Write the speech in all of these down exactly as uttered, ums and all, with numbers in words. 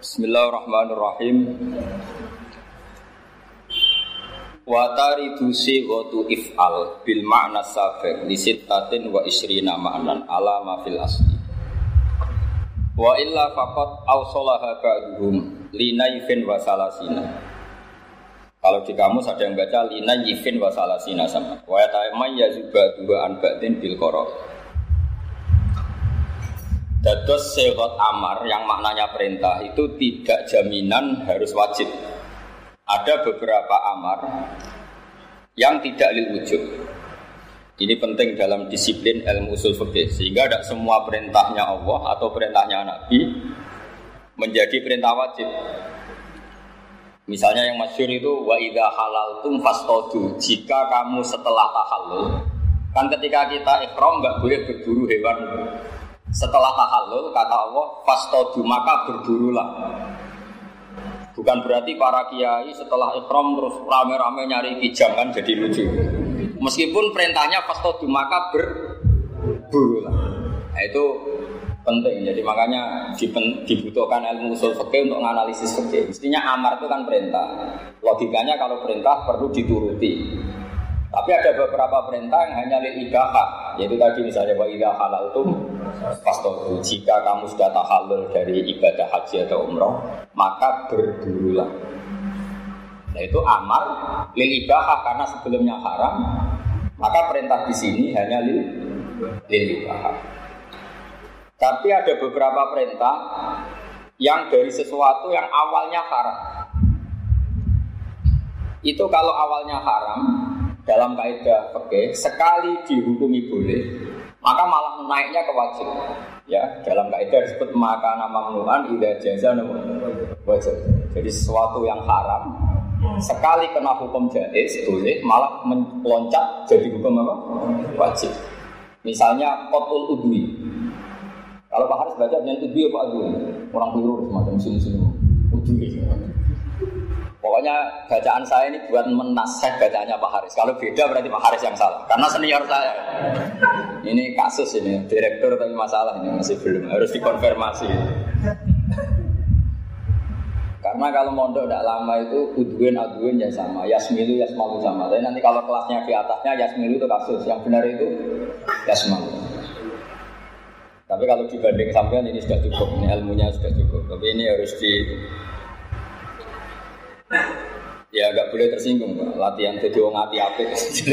Bismillahirrahmanirrahim. Wa taridu sighatu if'al bil ma'na sabiq li sittatin wa isrina ma'nan ala ma fil asli. Wa illa faqat awsalaha ba'duhum linayfin wa salasina. Kalau di kamus ada yang baca linayfin wa salasina sama. Wa ta'amay yazuba dua an ba'din bil qara. Dados syarat amar yang maknanya perintah itu tidak jaminan harus wajib. Ada beberapa amar yang tidak lil wujub. Ini penting dalam disiplin ilmu usul fikih sehingga tidak semua perintahnya Allah atau perintahnya Nabi menjadi perintah wajib. Misalnya yang masyhur itu wa idza halaltum fastadu, jika kamu setelah tahallul, kan ketika kita ihram enggak boleh berburu hewan. Setelah tahallul kata Allah fastadu, maka berburulah. Bukan berarti para kiai setelah ihram terus rame-rame nyari kijang, kan jadi lucu. Meskipun perintahnya fastadu, maka berburulah. Nah, itu penting. Jadi makanya dibutuhkan ilmu usul fikih untuk menganalisis fikih. Mestinya amar itu kan perintah. Logikanya kalau perintah perlu dituruti. Tapi ada beberapa perintah yang hanya lil ibahah, yaitu tadi misalnya wa idza halaltum fastadu, jika kamu sudah tahallul dari ibadah haji atau umrah, maka berburulah. Nah itu amar lil ibahah karena sebelumnya haram, maka perintah di sini hanya lil lil ibahah. Tapi ada beberapa perintah yang dari sesuatu yang awalnya haram. Itu kalau awalnya haram, dalam kaidah fikih sekali dihukumi boleh, maka malah naiknya ke wajib. Ya, dalam kaidah disebut maka nama mamnu'an idza jaza wajib. Jadi sesuatu yang haram sekali kena hukum jaiz boleh, malah meloncat jadi hukum apa? Wajib. Misalnya qatul udwi. Kalau Pak Haris baca dengan udwi apa udwi? Orang keliru semacam sini-sini. Udwi. Pokoknya bacaan saya ini buat menasih bacaannya Pak Haris. Kalau beda berarti Pak Haris yang salah. Karena senior saya. Ini kasus ini, direktur tapi masalah ini masih belum, harus dikonfirmasi. Karena kalau mondok tidak lama itu udwin adwin ya sama, yasmilu yasmalu sama. Tapi nanti kalau kelasnya di atasnya yasmilu itu kasus, yang benar itu yasmalu. Tapi kalau dibanding sampean ini sudah cukup, ini ilmunya sudah cukup. Tapi ini harus di ya agak boleh tersinggung, Pak. Latihan jadi wong ati apik.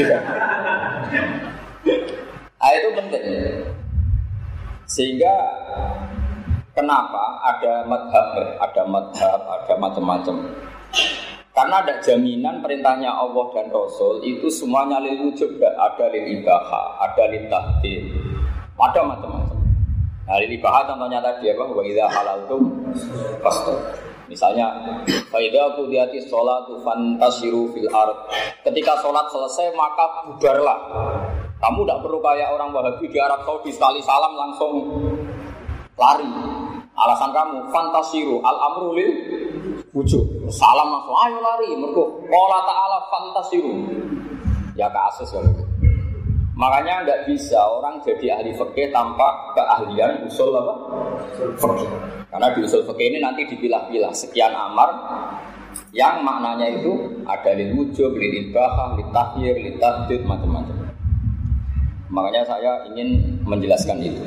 Ah itu penting. Sehingga kenapa ada madhab, ada madhab, ada macam-macam. Karena ada jaminan perintahnya Allah dan Rasul itu semuanya lil wujub, ada lil ibahah, ada lil tahdid, ada macam-macam. Nah, lil ibahah contohnya tadi apa? Wa idza halaltum fastadu. Misalnya, faida qudiyati sholatu fantasiru fil ard. Ketika sholat selesai maka bubarlah. Kamu tidak perlu kayak orang Wahabi di Arab Saudi sekali salam langsung lari. Alasan kamu fantasiru al-amru lil wujub. Salam langsung ayo lari. Mergo qala ta'ala fantasiru. Ya kasus kalau itu. Makanya enggak bisa orang jadi ahli fikih tanpa keahlian usul apa? Fikih. Karena di usul fikih ini nanti dipilah-pilah sekian amar yang maknanya itu ada lil wujub, lil ibahah, lil tahyir, lil tahdid, macam-macam. Makanya saya ingin menjelaskan itu.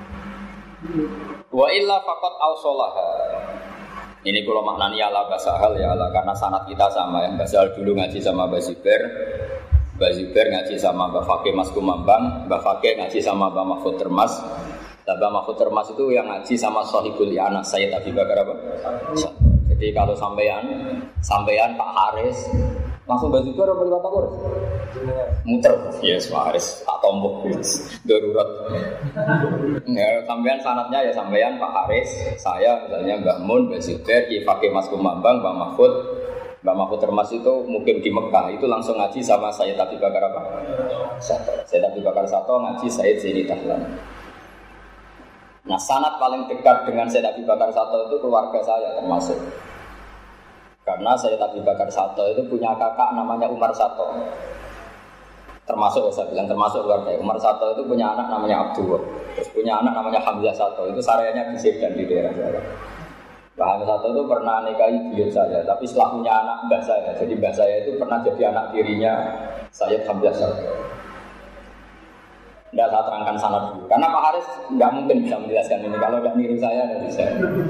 Wa illa faqat awsalaha. Ini kalau maknanya ala basahal ya ala, karena sanad kita sama ya. Basahal dulu ngaji sama Mbak Zubair, Mbak Zubair ngaji sama Mbak Fakih Mas Kumambang, Mbak Fakih ngaji sama Mbak Mahfud Termas. Mbak Mahfud Termas itu yang ngaji sama Sohibul Anak Sayyid Abi Bakar apa? Jadi kalau sampean, sampean Pak Haris langsung Mbak Zubair apa lewat aku? Muter, yes Pak Haris, tak tombok, darurat. Ya, sampean sanatnya ya sampean Pak Haris, saya misalnya Mbak Mun, Mbak Zubair, Ki Fakih Mas Kumambang, Mbak Mahfud. Mbak Mahfud Termas itu mungkin di Mekah itu langsung ngaji sama Sayyid Abi Bakar apa? Sato. Sayyid Abi Bakar Sato ngaji Sayyid Zaini Dahlan. Nah sanad paling dekat dengan Sayyid Abi Bakar Sato itu keluarga saya termasuk. Karena Sayyid Abi Bakar Sato itu punya kakak namanya Umar Sato. Termasuk saya bilang termasuk keluarga. Umar Sato itu punya anak namanya Abdullah. Terus punya anak namanya Hamzah Sato. Itu sareanya di Sedan di daerah Jawa. Mbah Hamid Sato itu pernah nikahi beliau saya, tapi setelah punya anak mbah saya. Jadi mbah saya itu pernah jadi anak tirinya Sayyid Hamzah Sato. Tidak saya terangkan sana dulu, karena Pak Haris nggak mungkin bisa menjelaskan ini kalau nggak niru saya dari saya.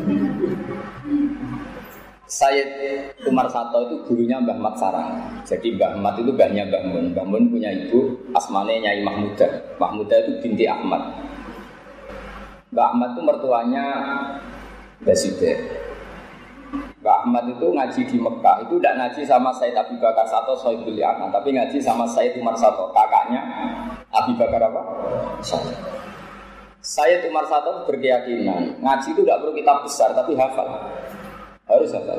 Sayyid Umar Sato itu gurunya Mbah Mat Sarang. Jadi Mbah Mat itu mbahnya Mbah Mun. Mbah Mun punya ibu asmane Nyai Mahmudah. Mahmudah itu binti Ahmad. Mbah Ahmad itu mertuanya Mbah Zubair. Mbah Ahmad itu ngaji di Mekah. Itu tidak ngaji sama Sayyid Abi Bakar Sato Sohibul Yana, tapi ngaji sama Sayyid Umar Sato, kakaknya Abi Bakar apa? Sato. Sayyid Umar Sato berkeyakinan ngaji itu tidak perlu kitab besar, tapi hafal. Harus hafal.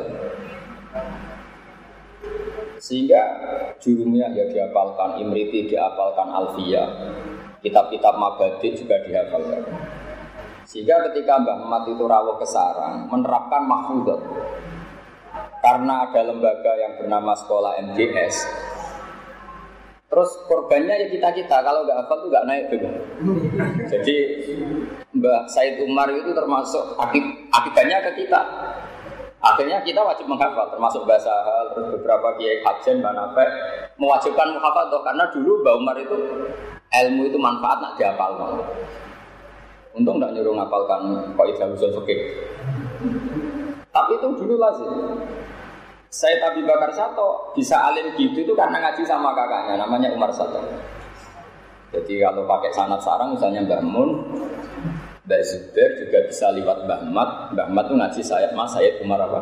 Sehingga jurumnya ya dihafalkan, Imriti dihafalkan, Alfiyah, kitab-kitab Mabadi juga dihafalkan. Sehingga ketika Mbah Mat itu rawuh ke sarang, menerapkan mahfudzat. Karena ada lembaga yang bernama Sekolah M G S. Terus korbannya ya kita-kita, kalau nggak hafal tuh nggak naik juga. Jadi Mbah Said Umar itu termasuk akib, akibatnya ke kita. Akhirnya kita wajib menghafal, termasuk bahasa hal, terus beberapa kiai hajen, manafek mewajibkan menghafal, karena dulu Mbah Umar itu ilmu itu manfaat nak dihafal. Untung tidak nyuruh ngapalkan kaidah usul fikih. Tapi itu dulu lazim. Sayyid Abi Bakar Sato bisa alim gitu itu karena ngaji sama kakaknya, namanya Umar Sato. Jadi kalau pakai sanad sarang misalnya Mbah Mun, Mbah Zubair juga bisa lewat Mbah Mat. Mbah Mat itu ngaji Sayyid Mas Sayyid Umar apa?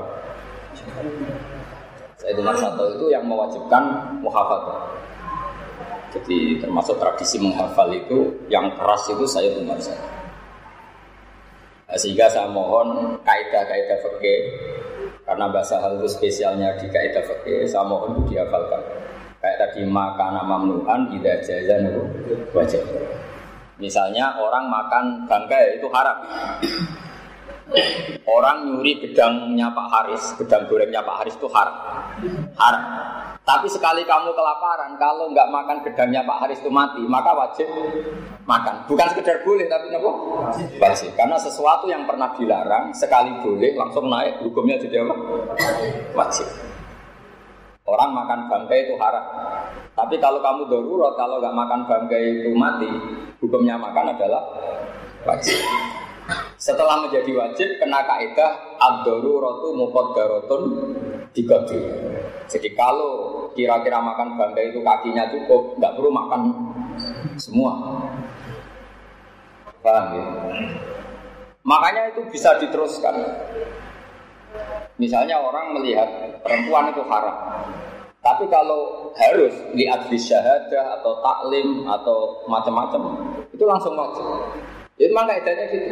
Sayyid Umar Sato itu yang mewajibkan muhafadzah. Jadi termasuk tradisi menghafal itu yang keras itu Sayyid Umar Sato. Sehingga saya mohon kaidah-kaidah fikih, karena bahasa hal itu spesialnya di kaidah fikih, saya mohon itu dihafalkan. Kayak tadi makana mamnuhan idza jaza wajib. Misalnya orang makan bangkai itu haram. Orang nyuri gedangnya Pak Haris, gedang gorengnya Pak Haris itu haram. Haram. Tapi sekali kamu kelaparan, kalau nggak makan gedangnya Pak Haris itu mati, maka wajib makan. Bukan sekedar boleh, tapi apa? Wajib. Karena sesuatu yang pernah dilarang, sekali boleh, langsung naik, hukumnya jadi apa? Wajib. Orang makan bangkai itu haram. Tapi kalau kamu darurat, kalau nggak makan bangkai itu mati, hukumnya makan adalah wajib. Setelah menjadi wajib, kena kaidah ad-daruratu muqaddaratun diqaddir. Jadi kalau kira-kira makan bangkai itu kakinya cukup, nggak perlu makan semua. Paham ya? Makanya itu bisa diteruskan. Misalnya orang melihat perempuan itu haram, tapi kalau harus lihat di syahadah atau taklim atau macam-macam, itu langsung wajib. Jadi memang kaidahnya gitu.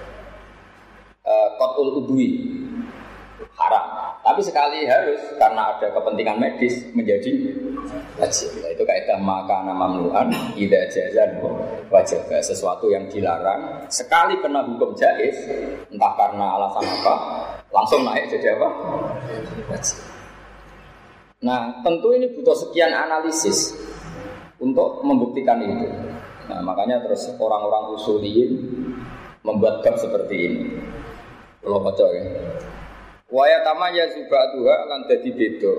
Qatul udwi haram, tapi sekali harus karena ada kepentingan medis menjadi wajib. Itu kaidah makana mamnu'an idza jaza wajib. Sesuatu yang dilarang sekali kena hukum jaiz, entah karena alasan apa, langsung naik jadi apa? Wajib. Nah, tentu ini butuh sekian analisis untuk membuktikan itu. Nah, makanya terus orang-orang usuliyin membuat bab seperti ini. Kalau baca ya. Waya tamaya zubatuha lan dadi beda.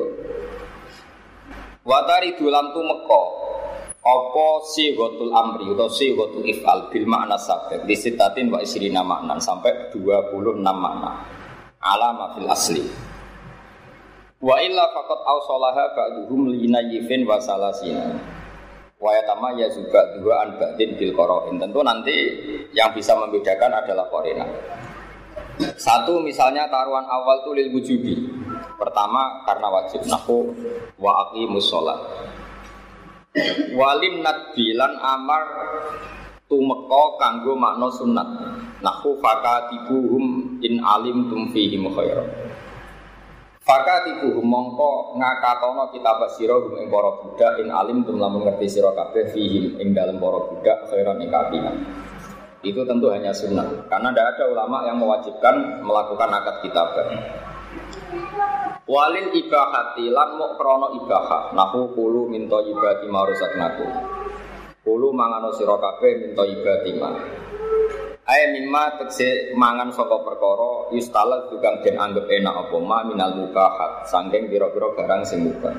Watari dulam tu meko. Apa sighatul amri atau sighatul if'al bil makna sabiq li sitatin wa isrina maknan sampai dua puluh enam makna. Alama fil asli. Wa illa faqat awsalaha ba'duhum linayifin wa salasina. Waya tamaya zubatuha an ba'din bil qara'in. Tentu nanti yang bisa membedakan adalah qarina. Satu misalnya taruhan awal itu lil wujubi. Pertama karena wajib nahu wa aqimus shalah. Walim nadbilan amar tumeka kanggo makna sunat. Nahu fakatibuhum in alimtum fihim khairan. Fakatibuhum mongko ngakatono kitab sira hum ing para budak in alimtum lamun ngerti sira kabeh fihim ing dalem para budak khairan ing kapinan. Itu tentu hanya sunnah, karena tidak ada ulama yang mewajibkan melakukan akad kitabah. Walil ibahati lan mu krono ibahah, nahu kulu minto ibati marusaknaku. Kulu mangano sira kabeh minto ibati ma. Ae mimma tekse mangan saka perkara yustala tukang den anggap enak apa ma minal mubahat saking pira-pira barang sing mubah.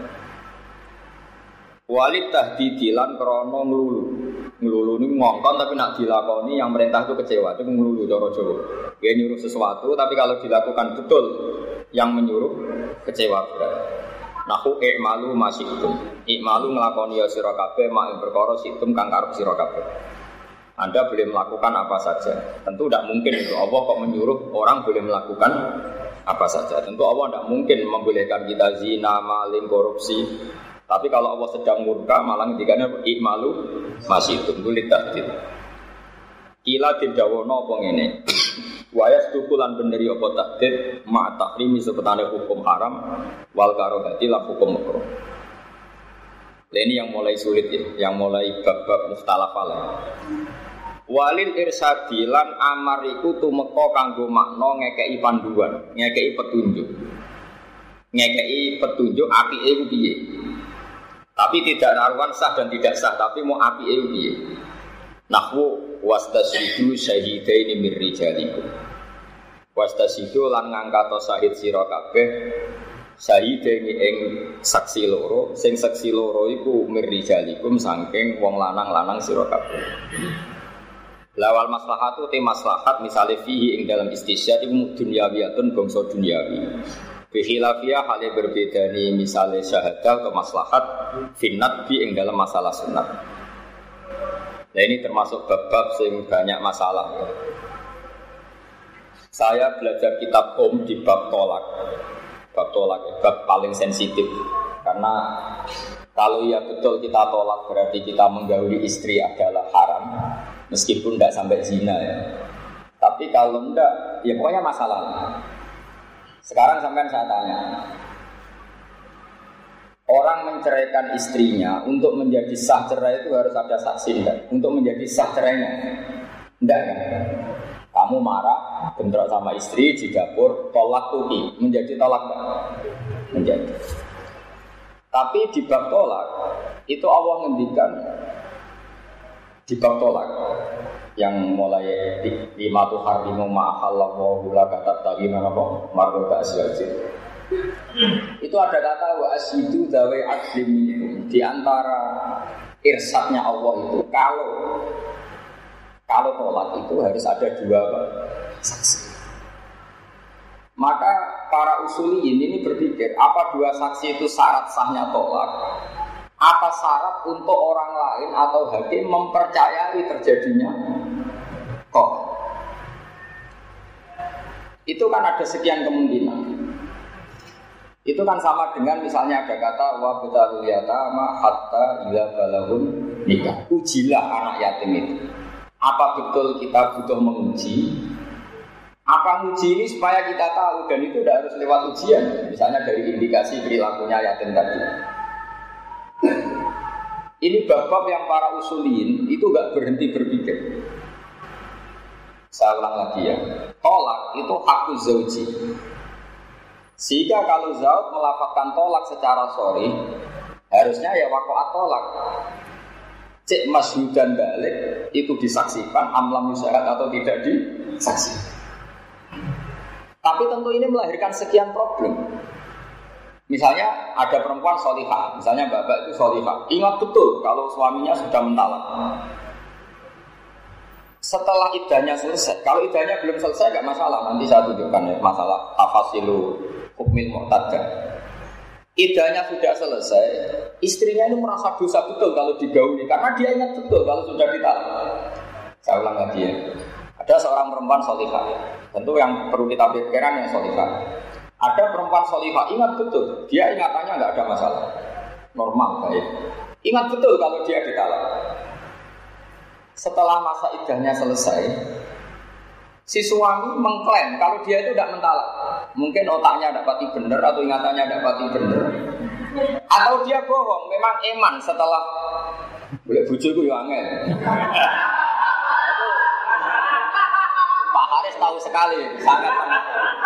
Walid tahdidilan krana nglulu. Nglulu niku ngongkon tapi nak dilakoni yang perintah itu kecewa, itu nglulu cara Jawa. Dia nyuruh sesuatu tapi kalau dilakukan betul yang menyuruh kecewa berat. Nahu i'malu masih itu. I'malu nglakoni ya sira kabeh mak perkara situm kang karep sira kabeh. Anda boleh melakukan apa saja. Tentu tidak mungkin itu Allah kok menyuruh orang boleh melakukan apa saja. Tentu Allah tidak mungkin membolehkan kita zina, maling, korupsi. Tapi kalau Allah sedang murka malah ngendikane i'malu masih itu kulit tahdid. Kila didawono apa ngene. Wa yastukulan benderi apa tahdid ma tahrimi sebetane hukum haram wal karahati lan hukum makruh. Ini yang mulai sulit ya, yang mulai bab-bab mukhtalaf alaih. Walil irsadi lan amar iku tumeka kanggo makna ngekeki panduan, ngekeki petunjuk. Ngekeki petunjuk apike iku piye? Tapi tidak naruhan sah dan tidak sah, tapi mau apike iku piye? Nahwu wastasyidu syahidaini mir rijalikum. Wastasyidu lan ngangkat syahid sira kabeh syahidaini ing saksi loro, sing saksi loro iku mir rijalikum saking wong lanang-lanang sira kabeh. Lawal maslahatu te maslahat misale fihi ing dalam istisyad iku dunyawiyatun bangsa dunyawi. Bi khilafiyah hale berbeda ni misale syahadah atau maslahat finnat bi ing dalam masalah sunat. Nah ini termasuk bab-bab sing banyak masalah ya. Saya belajar kitab Om di bab tolak. Bab tolak bab paling sensitif karena kalau ya betul kita tolak berarti kita menggauli istri adalah haram. Meskipun tidak sampai zina ya. Tapi kalau tidak, ya pokoknya masalah. Sekarang sampai saya tanya. Orang menceraikan istrinya untuk menjadi sah cerai itu harus ada saksi enggak? Untuk menjadi sah cerainya? Enggak kan? Kamu marah, bentrok sama istri di dapur, tolak tuki. Menjadi tolak enggak? Menjadi. Tapi di bab tolak, itu Allah ngendikan di bab tolak yang mulai lima tuh harimu ma'ahallahu la kata tadi mana kok marbuta aswajib itu ada kata wa asyidu dawe adlim di antara irsyadnya Allah itu kalau kalau tolak itu harus ada dua saksi. Maka para usuliyin ini berpikir apa dua saksi itu syarat sahnya tolak? Apa syarat untuk orang lain atau hakim mempercayai terjadinya kok? Itu kan ada sekian kemungkinan. Itu kan sama dengan misalnya ada kata wa butalul yatama hatta ila balahun nikah. Ujilah anak yatim itu. Apa betul kita butuh menguji? Apa uji ini supaya kita tahu dan itu tidak harus lewat ujian. Misalnya dari indikasi perilakunya yatim tadi. Ini bab-bab yang para usuliyin itu gak berhenti berpikir. Saya ulang lagi ya. Tolak itu hakku zauji. Sehingga kalau zauj melafazkan tolak secara sorry, harusnya ya waqa'at tolak. Cek masyhudan balik itu disaksikan amlam yusyarat atau tidak disaksikan. Tapi tentu ini melahirkan sekian problem. Misalnya ada perempuan solihah, misalnya bapak itu solihah. Ingat betul kalau suaminya sudah mentalak. Setelah iddahnya selesai, kalau iddahnya belum selesai nggak masalah. Nanti saya tunjukkan ya masalah tafasilu hukmil mu'tadah. Iddahnya sudah selesai, istrinya ini merasa dosa betul kalau digauli karena dia ingat betul kalau sudah ditalak. Saya ulang lagi ya. Ada seorang perempuan solihah, tentu yang perlu kita pikirkan yang solihah. Ada perempuan solihah, ingat betul, dia ingatannya nggak ada masalah, normal baik. Ingat betul kalau dia ditalak. Setelah masa iddahnya selesai, si suami mengklaim kalau dia itu tidak mentalak. Mungkin otaknya dapati benar atau ingatannya dapati benar, atau dia bohong, memang eman setelah boleh bujuku ya angel. Pak Haris tahu sekali, sangat sangat.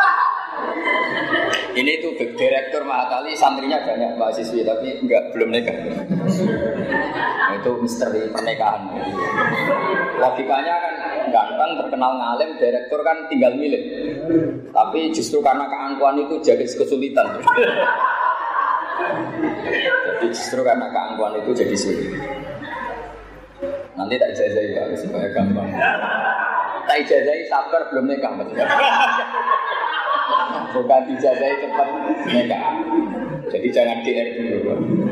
Ini tuh direktur Mahatali, santrinya banyak mahasiswi tapi enggak belum nikah. Nah, itu misteri pernikahan. Logikanya kan ganteng, terkenal ngalim, direktur kan tinggal milih. Tapi justru karena keangkuhan itu jadi kesulitan. Jadi justru karena keangkuhan itu jadi sulit. Nanti tak ijazahi ya, supaya gampang. Tak ijazahi sabar belum nikah maksudnya. Bukan dijazahi cepat nikah. Jadi jangan D R dulu.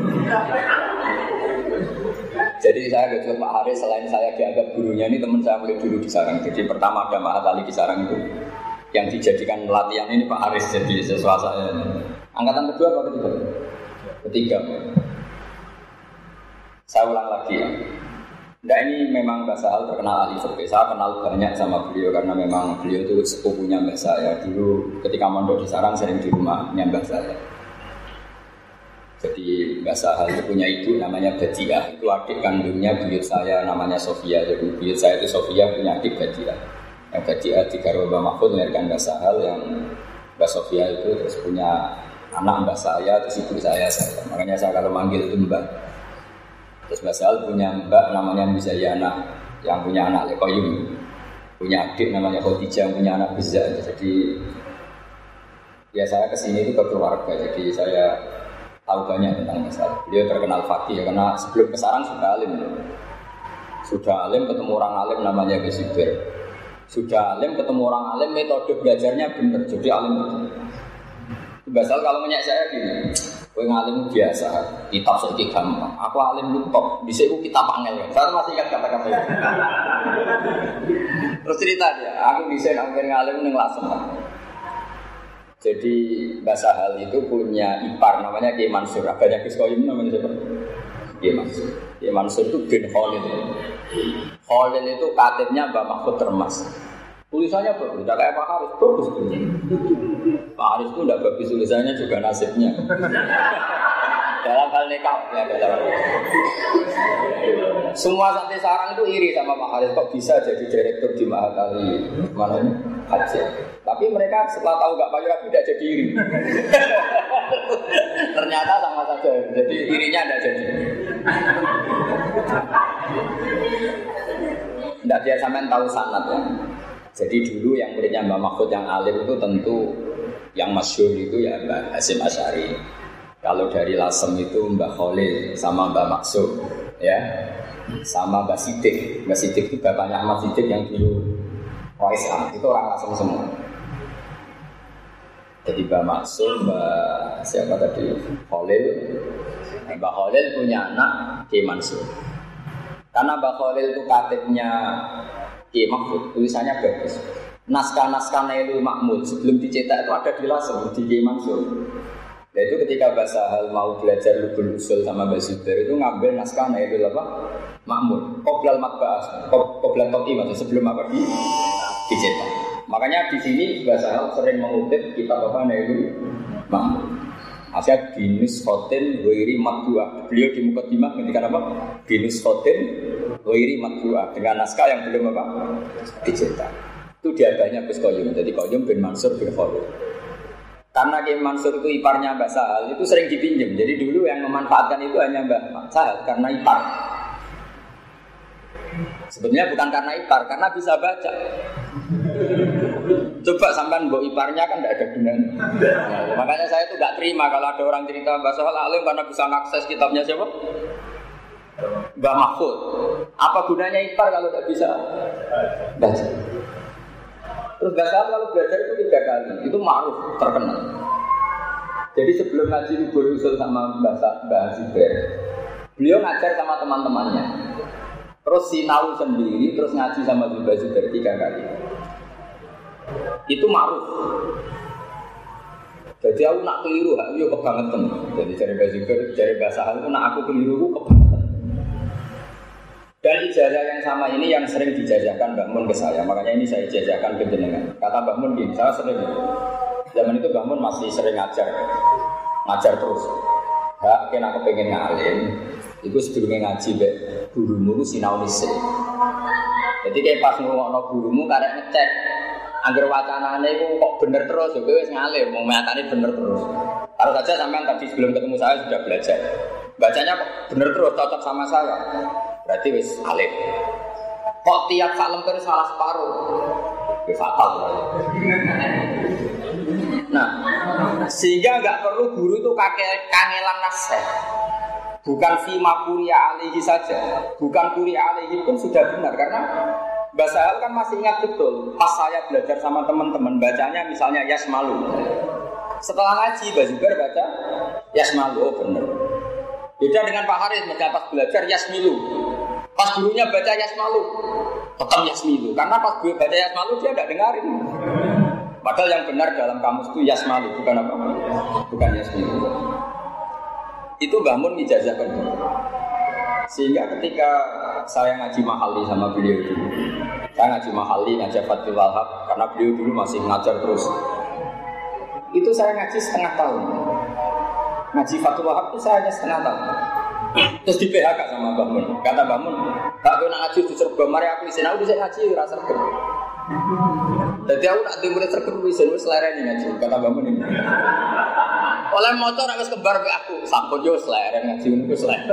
Jadi saya ke Pak Haris, selain saya dianggap gurunya, ini teman saya mulai dulu di Sarang. Jadi pertama ada Mahat Ali di Sarang itu yang dijadikan latihan ini Pak Haris jadi sesuatu saya. Angkatan kedua atau ketiga? Ketiga. Saya ulang lagi ya. Nah ini memang Mbak Sahal terkenal ahli fikih. Saya kenal banyak sama beliau karena memang beliau itu sepupunya Mbak saya. Dulu ketika mondok di Sarang sering di rumahnya Mbak saya. Jadi Mbak Sahal itu punya ibu namanya Badiah. Itu adik kandungnya buyut saya namanya Sofia. Jadi buyut saya itu Sofia punya adik Badiah. Yang Badiah di Garwa Mahfud melahirkan Mbak Sahal, yang Mbak Sofia itu terus punya anak Mbak saya, terus ibu saya saya. Makanya saya kalau manggil itu Mbak. Terus Mbak Sahal punya Mbak namanya Mizayana, yang punya anak Lekoyum. Punya adik namanya Khadijah, yang punya anak Bizza. Jadi ya saya kesini itu ke keluarga. Jadi saya tahu banyak tentang masalah. Beliau terkenal fakih ya, karena sebelum ke Sarang sudah alim. Ya. Sudah alim ketemu orang alim namanya Gesibir. Sudah alim ketemu orang alim, metode belajarnya benar. Jadi alim itu. Basal kalau menyak saya gini, kowe ngalim biasa, kitab saiki gampang. Aku alim lu top, dhisik ku kitab angel. Saya masih ingat kata-kata itu. Terus cerita dia, aku dhisik angger ngalim ning Lasem. Jadi Mbak Sahal itu punya ipar namanya Kiai Mansur. Agaknya Gus Koyim namanya siapa? Kiai Mansur. Kiai Mansur itu bin Khalil. Khalil itu katibnya Mbak Mahfud Termas. Tulisannya bagus, tidak kayak Pak Haris, bagus tulisannya. Pak Haris itu tidak bagus tulisannya juga nasibnya. Dalam hal nikah ya dalam. Semua santri Sarang itu iri sama Pak Haris, kok bisa jadi direktur di Mahat Ali mana ini Aceh. Tapi mereka setelah tahu nggak payu rapi tidak jadi iri. Ternyata sama saja, jadi irinya tidak jadi. Tidak dia sampai tahu sanad ya. Jadi dulu yang muridnya Mbak Mahfud yang alim itu tentu yang masyhur itu ya Mbak Hasyim Asy'ari. Kalau dari Lasem itu Mbak Khalil sama Mbak Maksum ya. Sama Mbak Sidik. Mbak Sidik itu bapaknya Ahmad Sidik yang dulu O S A. Itu orang Lasem semua. Jadi Mbak Maksum, Mbak siapa tadi? Khalil. Mbak Khalil punya anak Kiai Mansur. Karena Mbak Khalil itu katibnya Kiai Mahfud, tulisannya bagus. Naskah-naskah Nailul Mahmud sebelum dicetak itu ada di Lasem, di Kiai Mansur. Nah itu ketika Mbak Sahal mau belajar Lubul Usul sama Mbak Zubair itu ngambil naskah Nailul apa? Mahmud, Qoblal Matba'ah, Qoblal Toki maksudnya sebelum apa di dicetak. Makanya di sini Mbak Sahal sering mengutip kitab apa Nailul Mahmud. Asyad binus khotin wairi matbu'ah. Beliau di Muqaddimah ketika apa? Binus khotin wairi matbu'ah dengan naskah yang belum apa? Dicetak. Itu diadanya Gus Koyum. Jadi Koyum bin Mansur bin Khalil. Karena Kiai Mansur itu iparnya Mbak Sahal itu sering dipinjam. Jadi dulu yang memanfaatkan itu hanya Mbak Sahal karena ipar. Sebenarnya bukan karena ipar, karena bisa baca. Coba sampean mbok iparnya kan tidak ada gunanya. Nah, makanya saya itu nggak terima kalau ada orang cerita Mbak Sahal alim karena bisa mengakses kitabnya siapa? Mbak Mahfud. Apa gunanya ipar kalau tidak bisa baca? Terus Mbak Sahal kalau belajar itu tiga kali, itu ma'ruf, terkenal. Jadi sebelum ngaji Lubul Usul sama Mbak Zubair, beliau ngajar sama teman-temannya. Terus sinau sendiri, terus ngaji sama Mbak Zubair tiga kali. Itu ma'ruf. Jadi aku nak keliru, aku yo kebangetan. Jadi cari Mbak Zubair, cari Mbak Sahal itu nak aku keliru, aku kebangetan. Dan ijazah yang sama ini yang sering dijajahkan Mbak Mun ke saya. Makanya ini saya ijazahkan ke jenengan. Kata Mbak Mun gini, saya sering zaman itu Mbak Mun masih sering ngajar. Ngajar terus. Hak kena aku pengen ngalim. Itu sebelumnya ngaji Mbak gurumu itu sinau nise. Jadi kayak pas ngomongno gurumu karek ngecek angger wacanane itu kok bener terus, ya wis ngalim, mau matane bener terus. Kalau saja sampean tadi sebelum ketemu saya sudah belajar. Bacanya kok bener terus, cocok sama saya. Berarti wis alim. Kok tiap sak lemper salah separuh? Ya fatal. Nah, sehingga nggak perlu guru itu kakek kangelan nasihat. Bukan fima kuria alihi saja, bukan kuria alihi pun sudah benar karena Mbak Sahal kan masih ingat betul pas saya belajar sama teman-teman bacanya misalnya Yasmalu. Setelah ngaji Mbak Zubair baca Yasmalu, oh benar. Beda dengan Pak Haris pas belajar Yasmilu. Pas gurunya baca Yasmalu, tetap Yasmilu. Karena pas gue baca Yasmalu dia tidak dengarin. Padahal yang benar dalam kamus itu Yasmalu, bukan apa? Bukan Yasmilu. Itu Mbah Mun ngijazahkan. Sehingga ketika saya ngaji mahali sama beliau dulu, saya ngaji mahali, ngaji Fathul Wahab, karena beliau dulu masih ngajar terus. Itu saya ngaji setengah tahun. Ngaji Fathul Wahab itu saya hanya setengah tahun. Terus di P H K sama Mbah Mun. Kata Mbah Mun, "Tak kena ngaji di Sergom, mari aku isin aku bisa ngaji rasa sergem." Jadi aku nak dimulai sergem isin wis lereni ngaji. Kata Mbah Mun ini. Oleh motor harus kebar ke aku, sampun yo seleren ngaji niku seleren.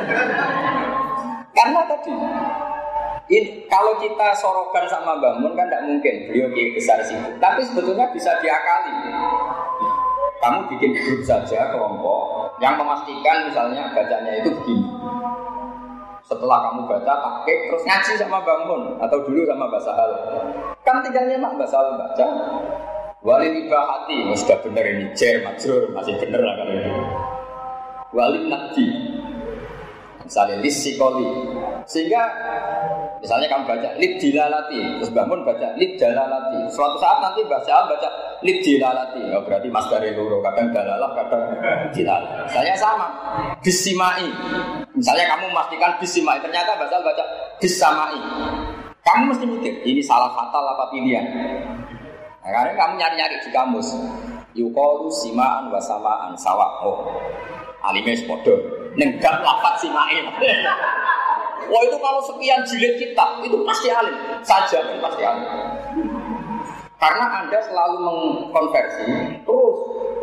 Karena tadi ini, kalau kita sorogan sama Mbah Mun kan tidak mungkin beliau kiai besar sih. Tapi sebetulnya bisa diakali. Kamu bikin grup saja kelompok yang memastikan misalnya bacanya itu begini. Setelah kamu baca pakai terus ngaji sama Mbah Mun atau dulu sama Mbah Sahal. Kan tinggalnya mak Mbah Sahal baca. Wali ibahati, sudah benar ini cer majrur masih benar lah kalau ini. Wali nakdi, misalnya lisikoli, sehingga misalnya kamu baca lid dilalati, terus bangun baca lid dalalati. Suatu saat nanti baca baca lid dilalati, oh, berarti mas dari loro kadang dalalah kadang dilalah. Saya sama bisimai, misalnya kamu memastikan bisimai, ternyata baca baca bisamai. Kamu mesti mikir ini salah fatal apa pilihan. Nah, karena kamu nyari-nyari di kamus yuqalu simaan wa samaan sawak oh alime sepodo nenggak lafaz simain. Wah itu kalau sekian jilid kitab itu pasti alim saja kan pasti alim. Karena Anda selalu mengkonversi terus.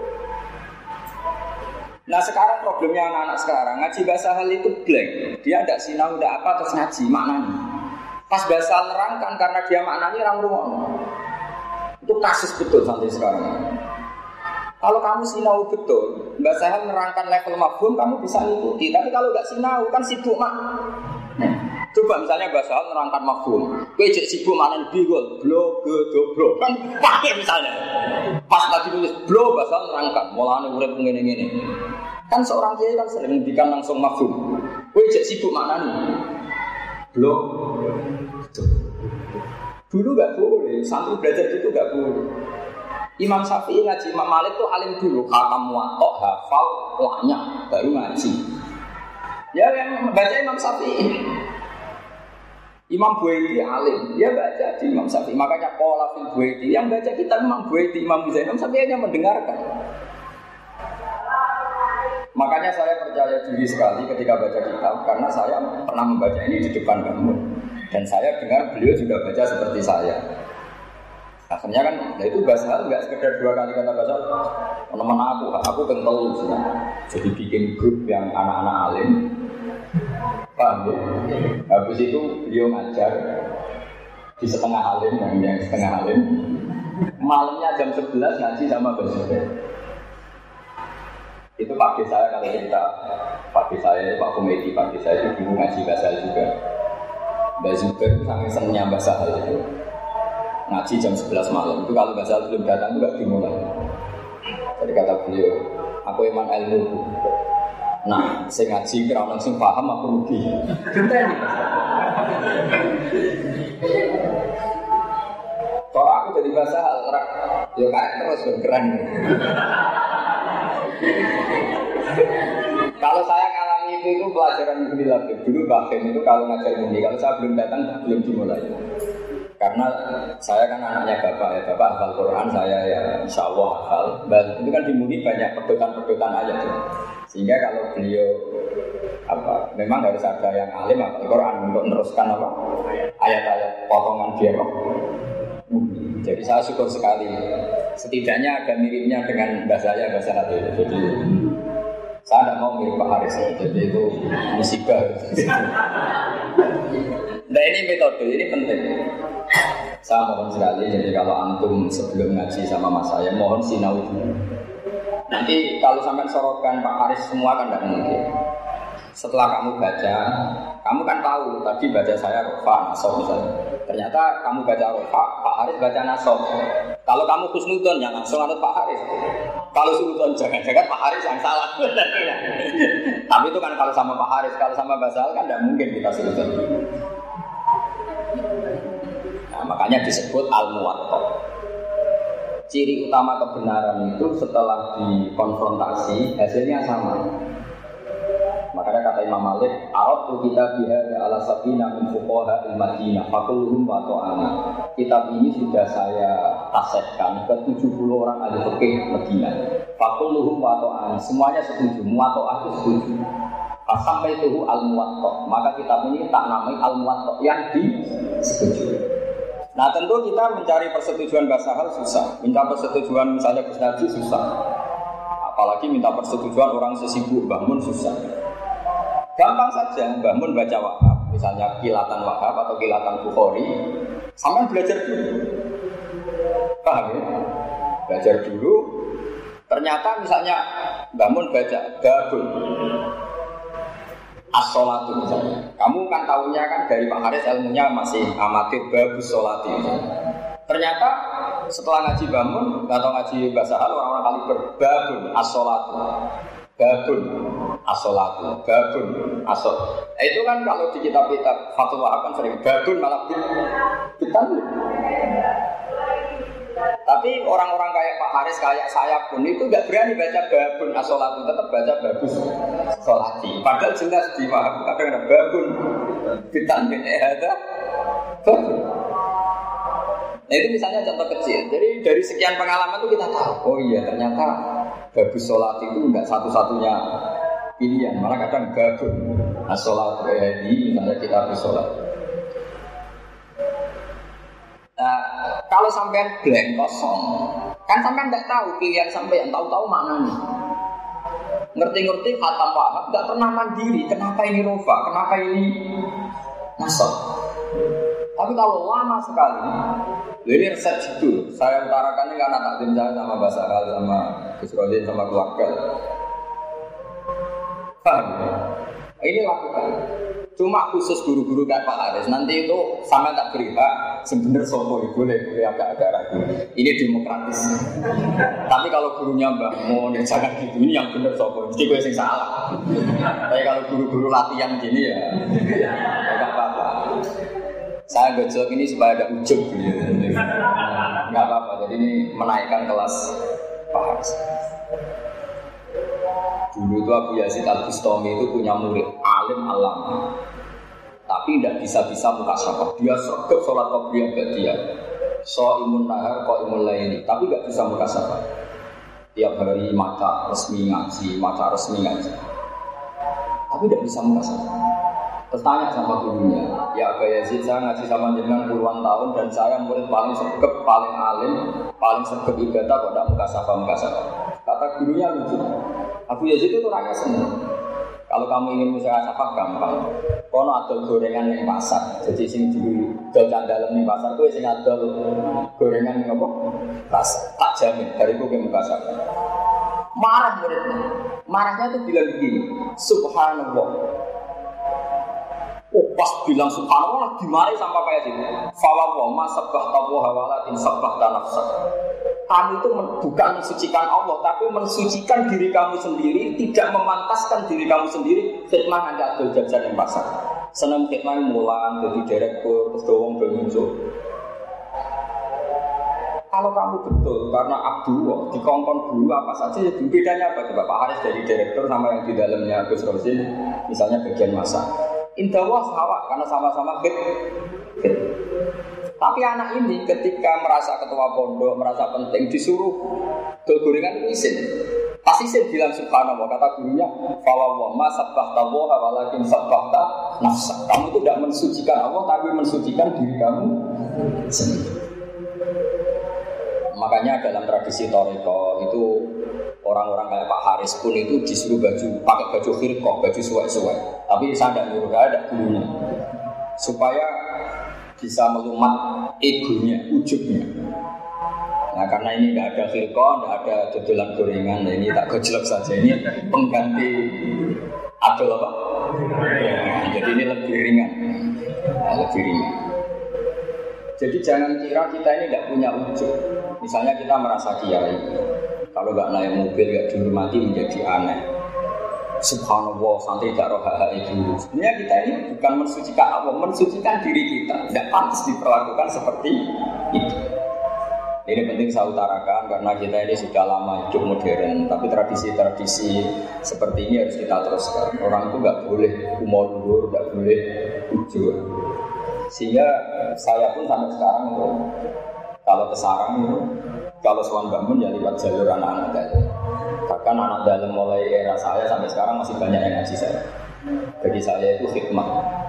Nah sekarang problemnya anak-anak sekarang ngaji bahasa hal itu blank. Dia tidak sinau tidak apa terus ngaji maknanya. Pas bahasa nerangkan karena dia maknanya orang rumah. Itu kasus betul sampai sekarang. Kalau kamu sinau betul, Mbak Sahal nerangkan level mafhum, kamu bisa ngikuti. Tapi kalau nggak sinau, kan sibuk mak. Nah, coba misalnya Mbak Sahal nerangkan mafhum, kejek sibuk mana bigol, blo, ge, dobro, kan pakai misalnya. Pas lagi nulis blo, Mbak Sahal nerangkan, mulanya urip ngene-ngene. Kan seorang kiai kan sering ngendikan langsung mafhum. Kejek sibuk mana nih? Blo, dulu nggak boleh, santri belajar itu nggak boleh. Imam Syafi'i ngaji Imam Malik tuh alim dulu, khatam muwatta, hafal, lanya, baru ngaji. Ya yang baca Imam Syafi'i. Imam Buaiti alim, dia baca di Imam Syafi'i. Makanya qala fil Buaiti, yang baca kitab Imam Buaiti, Imam Buaiti, Imam Syafi'i hanya mendengarkan. Makanya saya percaya diri sekali ketika baca kitab karena saya pernah membaca ini di depan kamu. Dan saya dengar beliau juga baca seperti saya. Akhirnya kan, nah itu bahasa hal nggak sekedar dua kali kata bahasa. Teman aku, aku kental juga. Jadi bikin grup yang anak-anak alim. Paham ya? Habis itu beliau ngajar di setengah alim, yang, yang setengah alim. Malamnya jam sebelas ngaji sama bahasa. Itu pagi saya kalau kita, pagi saya, Pak Komedi, pagi saya itu dulu ngaji bahasa juga. Mbak Zubair itu sangat senangnya bahasa hal itu ngaji jam sebelas malam itu kalau bahasa hal belum datang juga dimulai. Jadi kata beliau, aku iman ilmu. Nah, saya ngaji kira orang sing paham aku rugi. Kita ini. Kalau aku jadi bahasa hal, ya kayak terus bergerak. Kalau saya ngalami itu, itu pelajaran Ibnu Labib. Dulu Bakhim itu kalau ngajar ini, kalau saya belum datang, belum dimulai. Karena saya kan anaknya bapak ya, bapak hafal Quran, saya ya insya Allah hafal. Dan itu kan di Muni banyak pedotan-pedotan ayat tuh. Sehingga kalau beliau apa, memang harus ada yang alim hafal Quran untuk meneruskan apa ayat-ayat potongan dia. Jadi saya syukur sekali. Setidaknya ada miripnya dengan bahasa saya, bahasa Nabi. Jadi saya tidak mau mirip Pak Haris, jadi itu musibah. Nah ini metode, ini penting. Saya mohon sekali, jadi kalau antum sebelum ngaji sama mas saya, mohon sinau dulu. Nanti kalau sampai sorokan Pak Haris semua kan tidak mungkin. Setelah kamu baca, kamu kan tahu tadi baca saya Rofa, Nasob misalnya. Ternyata kamu baca Rofa, Pak Haris baca Nasob. Kalau kamu khusnudon, ya langsung anut Pak Haris. Kalau suludon, jangan-jangan Pak Haris yang salah. Tapi itu kan kalau sama Pak Haris, kalau sama Basal kan tidak mungkin kita suludon. Nah, makanya disebut al-muwatta. Ciri utama kebenaran itu setelah dikonfrontasi hasilnya sama. Makanya kata Imam Malik, "Aratu kita biha ala sabina min fuqaha al-Madinah, faqulhum wa ta'ana." Kitab ini sudah saya tasihkan ke tujuh puluh orang ahli fikih Madinah. Faqulhum wa ta'ana, semuanya setuju, muwatta'ah itu setuju. Sampai itu al-muwatta. Maka kitab ini tak namai al-muwatta yang disetujui. Nah tentu kita mencari persetujuan bahasa hal susah, minta persetujuan misalnya Gus Naji susah, apalagi minta persetujuan orang sesibuk Mbah Mun susah. Gampang saja, Mbah Mun baca Wahab, misalnya kilatan Wahab atau kilatan Bukhari, sampai belajar dulu, paham ya? Belajar dulu, ternyata misalnya Mbah Mun baca Babun as-sholatu misalnya. Kamu kan tahunya kan dari Pak Haris ilmunya masih amatir babus sholati. Ternyata setelah ngaji bangun atau ngaji bahasa hal orang-orang kali berbabun as-sholatu. Babun as-sholatu, babun as-shol. Nah, itu kan kalau di kitab-kitab fatwa kan sering babun malah kita. Tapi orang-orang kayak Pak Haris, kayak saya pun itu nggak berani baca babun as-sholatu, tetap baca babus sholati. Padahal jelas di Wahab kadang ada babun ditanding ada babun. Nah itu misalnya contoh kecil. Jadi dari sekian pengalaman itu kita tahu, oh iya ternyata babus sholati itu nggak satu-satunya pilihan. Malah kadang babun as-sholatu kayak ini misalnya kita habis sholat. Nah, kalau sampean blank kosong, kan sampean tidak tahu pilihan sampean, tahu-tahu maknanya. Ngerti-ngerti khatam Wahab, tidak pernah mandiri. Kenapa ini Rofa? Kenapa ini Nasab? Tapi kalau lama sekali, jadi resep itu saya utarakan ini karena takdim saya sama Basal, sama Gus Rodin, sama keluarga. Paham ya? Ini lakukan. Cuma khusus guru-guru kayak Pak Haris, nanti itu sama tak beri hak. Sebenarnya sopo boleh, boleh agak-agak ragu. Ini demokratis. Tapi kalau gurunya Mbak Mun, ya jangan gitu. Ini yang benar sopo. Mesti gue yang salah. Tapi kalau guru-guru latihan gini ya, ya nggak apa-apa. Saya gojok ini supaya ada ujub, gitu. Nggak apa-apa. Jadi ini menaikkan kelas Pak Haris. Dulu itu Abu Yazid Al-Bustami itu punya murid alim alam. Tapi tidak bisa-bisa muka syafah. Dia sergap sholat qabliyah ba'diyah. So imun nahar, ko imun laini. Tapi tidak bisa muka syafah. Tiap hari maca resmi ngaji, maca resmi ngaji. Tapi tidak bisa muka syafah. Terus tanya sama gurunya, ya Abu Yazid, saya ngaji sama jenengan puluhan tahun dan saya murid paling sergap, paling alim, paling sergap ibadah kok tidak muka syafah, muka syafah. Kata gurunya lucu. Abu Yazid itu orangnya senang. Kalau kamu ingin muka syafah gampang. Kono adol gorengan di pasar, jadi sing dulu dol dalam di pasar, gue sing adol gorengan di apa? Pasar, tak jamin dari gue muka syafah. Marah muridnya, marahnya tuh bilang begini, Subhanallah. Oh pas bilang Subhanallah dimarahi sama kayak gitu. Fawwah ma sabbah tabuha walakin sabbah tanafsak. Kamu itu bukan mensucikan Allah, tapi mensucikan diri kamu sendiri, tidak memantaskan diri kamu sendiri. Khidmah anda adol jajan yang pasar. Senang khidmah mulan, jadi direktur, terus doang bermuncul. Kalau kamu betul karena Abdullah dikongkon dulu apa saja, ya bedanya apa? Coba Pak Haris dari direktur sama yang di dalamnya Gus Rosin, misalnya bagian masak. Indah wah sama karena sama-sama fit. fit. Tapi anak ini ketika merasa ketua pondok, merasa penting disuruh dol gorengan itu isin. Pas isin bilang subhanallah, kata gurunya, fawwah ma sabbahta wa walakin sabbahta nafsa. Kamu itu tidak mensucikan Allah, tapi mensucikan diri kamu sendiri. Makanya dalam tradisi Toriko itu orang-orang kayak Pak Haris pun itu disuruh baju pakai baju khirqah, baju suwek-suwek. Tapi saya tidak nyuruh, saya tidak gurunya. supaya bisa melumat egonya, ujubnya. Nah karena ini tidak ada firqah, tidak ada dodolan gorengan, nah, ini tak gojlok saja, ini pengganti adol apa? Jadi ini lebih ringan, nah, lebih ringan. Jadi jangan kira kita ini tidak punya ujub. Misalnya kita merasa kiai, kalau nggak naik mobil nggak dihormati menjadi aneh. Subhanallah, santri tidak roh hak itu. Sebenarnya kita ini bukan mensucikan Allah, mensucikan diri kita. Tidak pantas diperlakukan seperti itu. Ini penting saya utarakan karena kita ini sudah lama hidup modern, tapi tradisi-tradisi seperti ini harus kita teruskan. Orang itu nggak boleh umur luhur, nggak boleh ujur. Sehingga saya pun sampai sekarang itu kalau ke sarang itu, kalau soal bangun ya lewat jalur anak-anak dalam. Bahkan anak dalam mulai era saya sampai sekarang masih banyak yang ngaji saya. Bagi saya itu khidmat.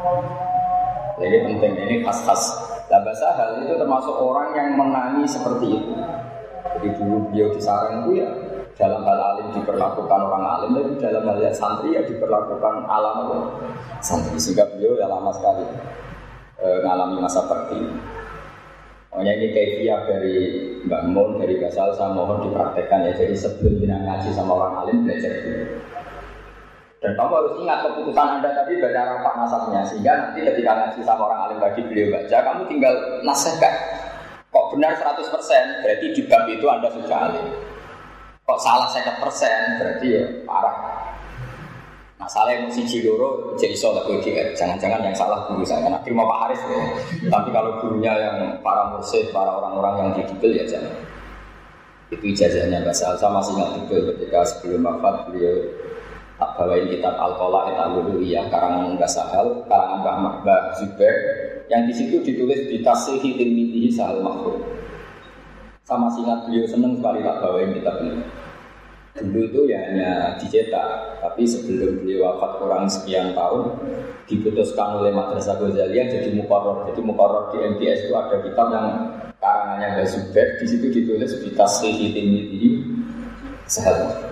Jadi penting, ini khas-khas. Labas Sahal itu termasuk orang yang menangi seperti itu. Jadi dulu beliau di sarang itu ya dalam hal alim diperlakukan orang alim, tapi dalam hal santri ya diperlakukan alam santri. Sehingga beliau ya lama sekali e, mengalami masa seperti ini. Makanya ini kaifiah dari Mbak Mun, dari Basal, saya mohon dipraktekkan ya. Jadi sebelum kita ngaji sama orang alim, belajar dulu. Dan kamu harus ingat keputusan Anda tadi baca rapat nasabnya. Sehingga nanti ketika ngaji sama orang alim tadi beliau baca, kamu tinggal nasihatkan. Kok benar seratus persen, berarti di bab itu Anda sudah alim. Kok salah seratus persen, berarti ya parah. Nah salah yang mesti ciloro, jadi sholat gue jangan-jangan yang salah guru saya. Nah terima Pak Haris ya. Tapi kalau gurunya yang para mursyid, para orang-orang yang didikil ya jangan. Itu ijazahnya Mbak Salsa masih ingat betul ketika sebelum wafat beliau tak bawain kitab Al-Qola'id Al-Wulu'iyah karangan Mbak Sahal, karangan Mbak Zubair yang di situ ditulis di Tashihi Tilmidihi Sahal Mahfud. Sama ingat beliau senang sekali tak bawain kitab ini. Dulu itu ya hanya dicetak, tapi sebelum beliau wafat kurang sekian tahun diputuskan oleh Madrasah Ghazaliyah jadi muqarrar. Jadi muqarrar di M T S itu ada kitab yang karangannya Mbak Zubair, di situ ditulis di Tashihi Tilmidihi Sahal Mahfud.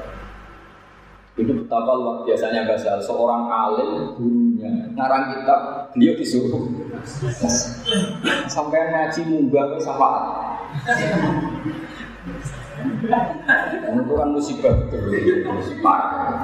Itu betapa luar biasanya Mbak Sahal, seorang alim gurunya ngarang kitab, beliau disuruh sampai ngaji munggah sama itu kan musibah betul, parah.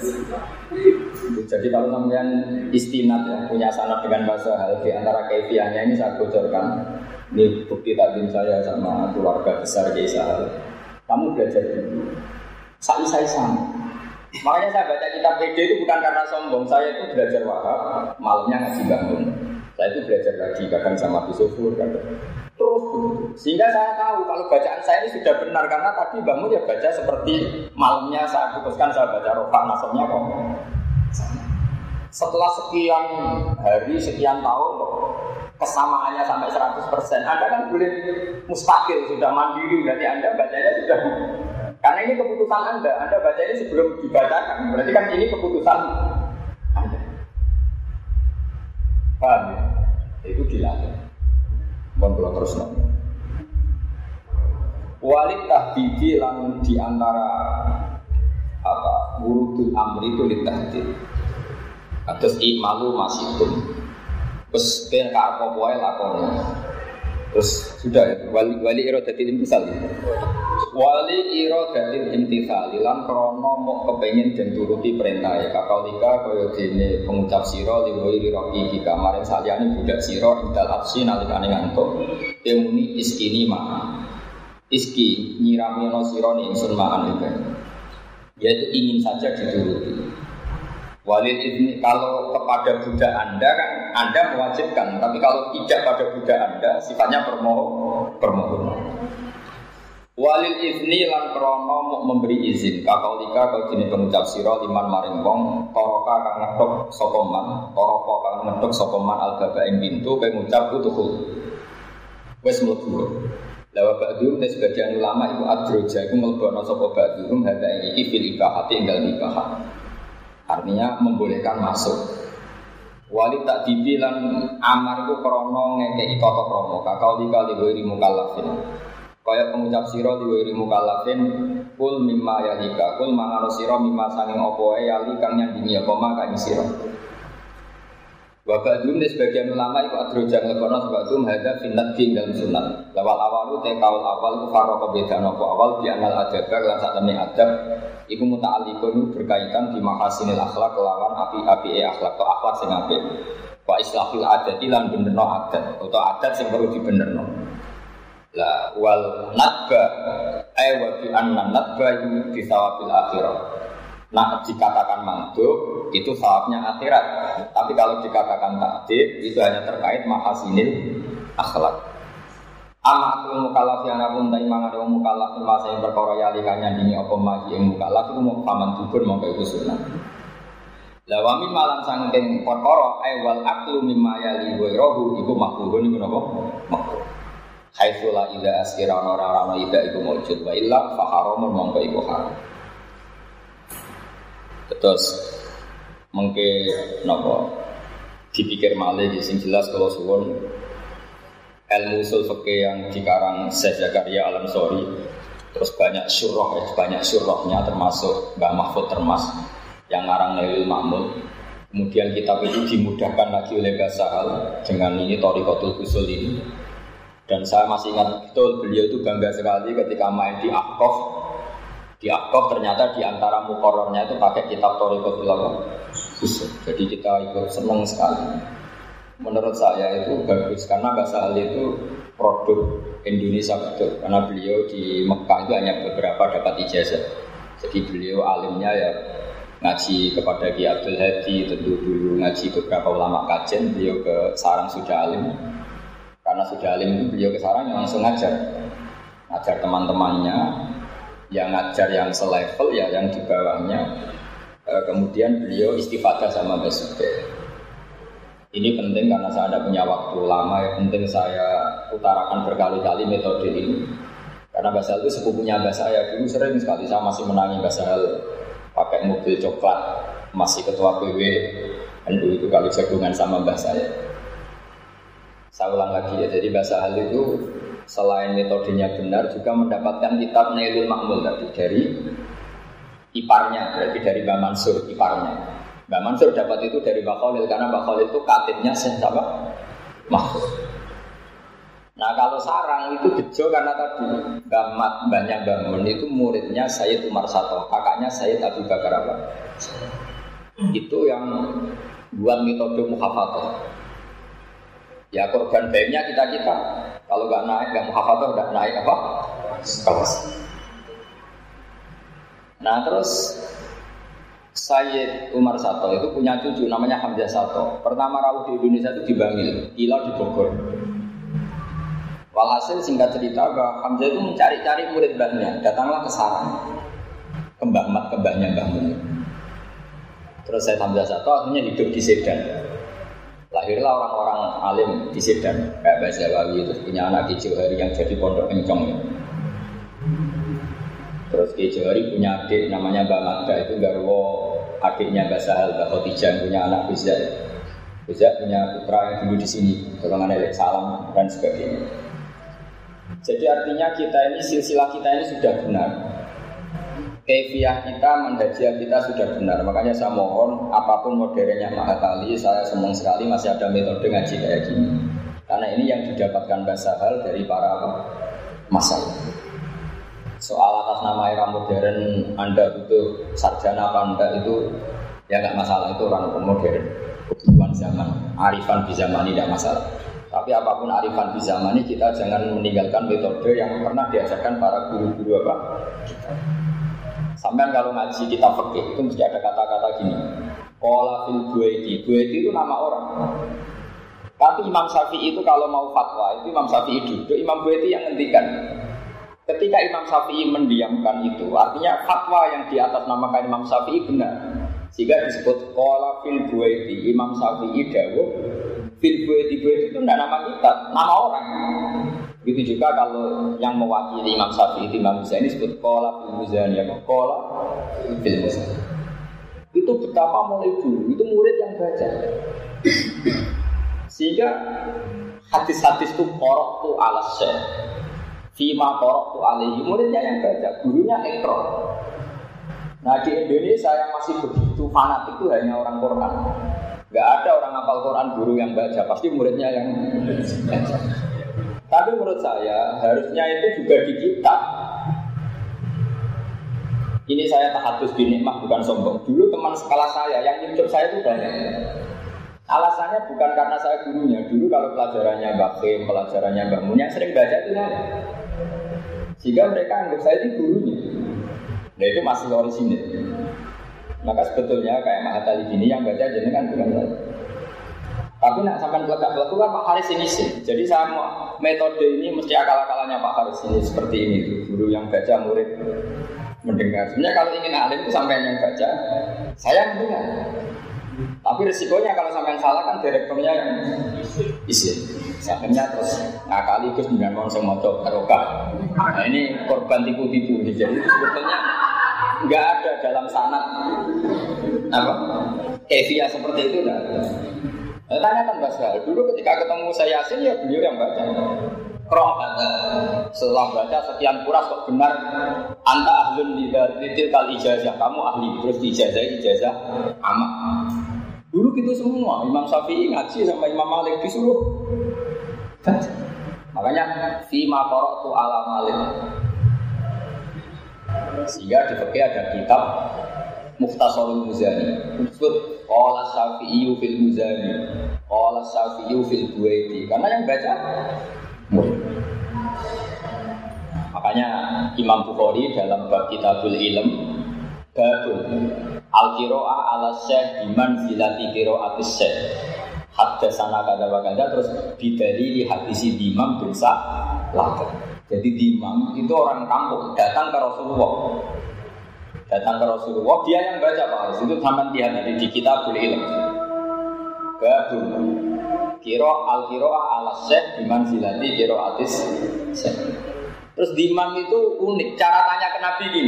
Jadi kalau sampean istinad ya, punya sanad dengan Mbak Sahal, di antara kaifiahnya ini saya bocorkan. Ini bukti takdim saya sama keluarga besar Kiai Sahal. Kamu belajar dulu, saya sama. Makanya saya baca kitab P D itu bukan karena sombong. Saya itu belajar wahab, malamnya ngaji bangun. Saya itu belajar lagi, kadang sama Bisofur, kadang terus. Sehingga saya tahu kalau bacaan saya ini sudah benar. Karena tadi bangun ya baca seperti malamnya saya putuskan saya baca rofa nasabnya kok. Setelah sekian hari, sekian tahun kesamaannya sampai seratus persen. Anda kan boleh mustakil, sudah mandiri. Berarti Anda bacanya sudah. Karena ini keputusan Anda, Anda baca ini sebelum dibacakan. Berarti kan ini keputusan Anda. Paham ya? Itu dilatih. Mohon terus nong. Walid tahdidi lan diantara apa? Wurudul amri itu ditahdid. Atas imalu masitun. Terus ben karep wae lakone. Terus sudah ya, wali wali iradatil imtisal. Wali iradatil imtisal lan krana mok kepengin den turuti perintah ya kakalika kaya dene pengucap sira liwiri roki iki kamarin saliyane budak sira indal afsi nalikane ngantuk emuni iskini ma iski nyiramino sira ingsun maan iki yaitu ingin saja dituruti. Walid ini kalau kepada budak Anda kan Anda mewajibkan, tapi kalau tidak pada budak Anda sifatnya permohon permohonan. Walid ini lan krono mau memberi izin kakolika kau jenis pengucap siro liman maring wong toroka kang ngedok sokoman toroko kang ngedok sokoman al baba ing pintu pengucap utuhul wes mlebu. Lawa ba'dhum dan sebagian ulama itu adroja itu melbono sapa ba'dhum hada ing iki fil ibahati enggal ibahat. Artinya membolehkan masuk. Wali tak dibilang amar itu krono ngekei toto kromo kakau dikali wiri mukallafin. Kaya pengucap siro di wiri mukallafin kul mimma yalika kul mangano siro mimma sanging opoe yali kang nyandingi ya koma kang siro. Wa ba'dhum sebagian ulama itu adroja ngekono sebabum hadza finnat din dalam sunat. Lawal awalu te kaul awal ku farqa bedana apa awal bi anal adab lan sakmene adab iku muta'alliqun berkaitan di mahasinil akhlak kelawan api-apike akhlak atau akhlak sing apik. Wa islahil adati lan benerno adat atau adat sing perlu dibenerno. La wal nadba ay wa bi anna nadba iku di sawabil akhirah. Nah, dikatakan mandub itu sawabnya akhirat. Tapi kalau dikatakan takdir itu hanya terkait mahasinil akhlak. Amma akul mukallaf yang apun ta imang ada mukallaf masa yang perkara ya likanya dini apa maji yang mukallaf itu mau paman dubur mongko iku sunah. La wa min malam sangking perkara ay wal aklu mimma yali wa rahu iku makruhun iku napa? Makruh. Haitsu la ila askira ora-ora ida iku maujud wa illa fa haramun mongko iku haram. Terus mengke napa dipikir malih sing jelas kalau suwun ilmu usul fikih yang dikarang Syekh Zakaria Al-Ansori terus banyak syurah ya banyak syurahnya termasuk Mbah Mahfud Termas yang ngarang Nailul Ma'mul. Kemudian kitab itu dimudahkan lagi oleh Mbah Sahal dengan ini Thariqatul Usul ini. Dan saya masih ingat betul beliau itu bangga sekali ketika main di Aqaf. Di Aqaf ternyata di antara muqarrarnya itu pakai kitab Thariqatul Usul. Jadi kita ikut senang sekali. Menurut saya itu bagus karena Mbah Sahal itu produk Indonesia betul. Karena beliau di Mekah itu hanya beberapa dapat ijazah. Jadi beliau alimnya ya ngaji kepada Ki Abdul Hadi, tentu dulu ngaji beberapa ulama kajen. Beliau ke Sarang sudah alim. Karena sudah alim itu beliau ke Sarang yang langsung ngajar. Ngajar teman-temannya, yang ngajar yang selevel ya yang di bawahnya. E, kemudian beliau istifadah sama Mbah Sugeng. Ini penting karena saya tidak punya waktu lama ya penting saya utarakan berkali-kali metode ini. Karena Mbah Sahal itu sepupunya Mbah saya dulu sering sekali saya masih menangi Mbah Sahal pakai mobil coklat masih ketua P W N U itu kali jagungan sama Mbah saya. Saya ulang lagi ya jadi Mbah Sahal itu selain metodenya benar juga mendapatkan kitab Nailul Ma'mul tadi dari iparnya berarti dari Mbah Mansur iparnya. Mbah Mansur dapat itu dari Mbah Khalil karena Mbah Khalil itu katibnya Syekh Mahfud. Nah kalau Sarang itu bejo karena tadi Mbah Mat banyak bangun itu muridnya Sayyid Umar Sato, kakaknya Sayyid Abu Bakar apa? Itu yang buat metode muhafadzah. Ya korban baiknya kita kita kalau nggak naik nggak muhafadzah udah naik apa? Kelas. Nah terus Sayyid Umar Sato itu punya cucu namanya Hamzah Sato. Pertama rawuh di Indonesia itu di Bangil, Ilau di Bogor. Walhasil singkat cerita bahwa Hamzah itu mencari-cari murid mbahnya, datanglah ke Sarang, ke Mbah Mat, ke mbahnya Mbah Mun. Terus Sayyid Hamzah Sato akhirnya hidup di Sedan. Lahirlah orang-orang alim di Sedan, kayak Mbah Zawawi itu punya anak Ki Johari yang jadi pondok Encong. Terus Ki Johari punya adik namanya Mbah Madda itu garwo adiknya Mbah Sahal, Mbah Khotijah punya anak Bizak. Bizak punya putra yang dulu di sini, golongan Elek Salam dan sebagainya. Jadi artinya kita ini silsilah kita ini sudah benar. Kefiah kita, manhajiyah kita sudah benar. Makanya saya mohon apapun modernnya Mahatali, saya senang sekali masih ada metode ngaji kayak gini. Karena ini yang didapatkan Mbah Sahal dari para masalah. Soal atas nama era modern Anda butuh sarjana apa enggak itu ya enggak masalah, itu orang modern kebutuhan zaman, arifan di zaman ini tidak masalah. Tapi apapun arifan di zaman ini kita jangan meninggalkan metode yang pernah diajarkan para guru-guru apa kita. Sampai kalau ngaji kitab fikih itu mesti ada kata-kata gini. Qala fil Buaiti. Buaiti itu nama orang. Tapi Imam Syafi'i itu kalau mau fatwa itu Imam Syafi'i duduk, Imam Buaiti yang ngendikan. Ketika Imam Syafi'i mendiamkan itu, artinya fatwa yang di atas namakan Imam Syafi'i benar. Sehingga disebut qala fil Buaiti. Imam Syafi'i dawuh fil Buaiti. Buaiti itu tidak nama kita, nama orang. Begitu juga kalau yang mewakili Imam Syafi'i itu Imam Muzani disebut qala fil Muzani atau qala fil Muzani. Itu betapa mulai dulu itu murid yang baca. Sehingga hadis-hadis itu qara'tu ala syekh fima qara'tu alaihi, muridnya yang baca, gurunya ikra. Nah di Indonesia yang masih begitu fanatik itu hanya orang Quran. Enggak ada orang hafal Quran guru yang baca, pasti muridnya yang baca. Tapi menurut saya harusnya itu juga di kita. Ini saya tahadus bin nikmah bukan sombong. Dulu teman sekolah saya yang nyuruh saya itu banyak. Alasannya bukan karena saya gurunya. Dulu kalau pelajarannya Mbak Kim, pelajarannya Mbak Mun yang sering baca itu saya. Sehingga mereka anggap saya itu gurunya. Nah itu masih orisinil. Maka sebetulnya kayak Mahatali gini yang baca jadi kan bukan saya. Tapi nak sampai belak-belak kan Pak Haris ini sih. Jadi saya mau metode ini mesti akal-akalannya Pak Haris ini seperti ini. Guru yang baca, murid mendengar. Sebenarnya kalau ingin alim itu sampai yang baca, saya mendengar. Tapi resikonya kalau sampai salah kan direkturnya yang isi. Akhirnya terus ngakali terus dengan mau semoto barokah. Nah ini korban tipu-tipu. Jadi sebetulnya nggak ada dalam sanad apa kefiah seperti itu dah. Nah, tanyakan Mbak Sahal, dulu ketika ketemu saya Yasin ya beliau yang baca. Kroh kata, setelah baca sekian kuras kok benar anta ahlun litil kal ijazah, kamu ahli terus ijazah ijazah amat. Dulu gitu semua, Imam Syafi'i ngaji sama Imam Malik disuruh baca. Makanya fima qara'tu ala Malik. Sehingga di fikih ada kitab Mukhtasarul Muzani. Disebut qala Syafi'i fil Muzani, qala Syafi'i fil Buaiti. Karena yang baca murid. Makanya Imam Bukhari dalam bab Kitabul Ilm babul al-qira'ah ala syekh biman zilati qira'atis syekh. Haddatsana kada wa kada terus bidalili hadisi Imam bin Sa'lab. Jadi Imam itu orang kampung datang ke Rasulullah. Datang ke Rasulullah, dia yang baca Pak Haris. Itu zaman dia di Kitabul Ilm. Babul Kiro al-Kiro'ah ala syekh biman zilati qira'atis syekh. Terus di Imam itu unik, cara tanya ke Nabi gini.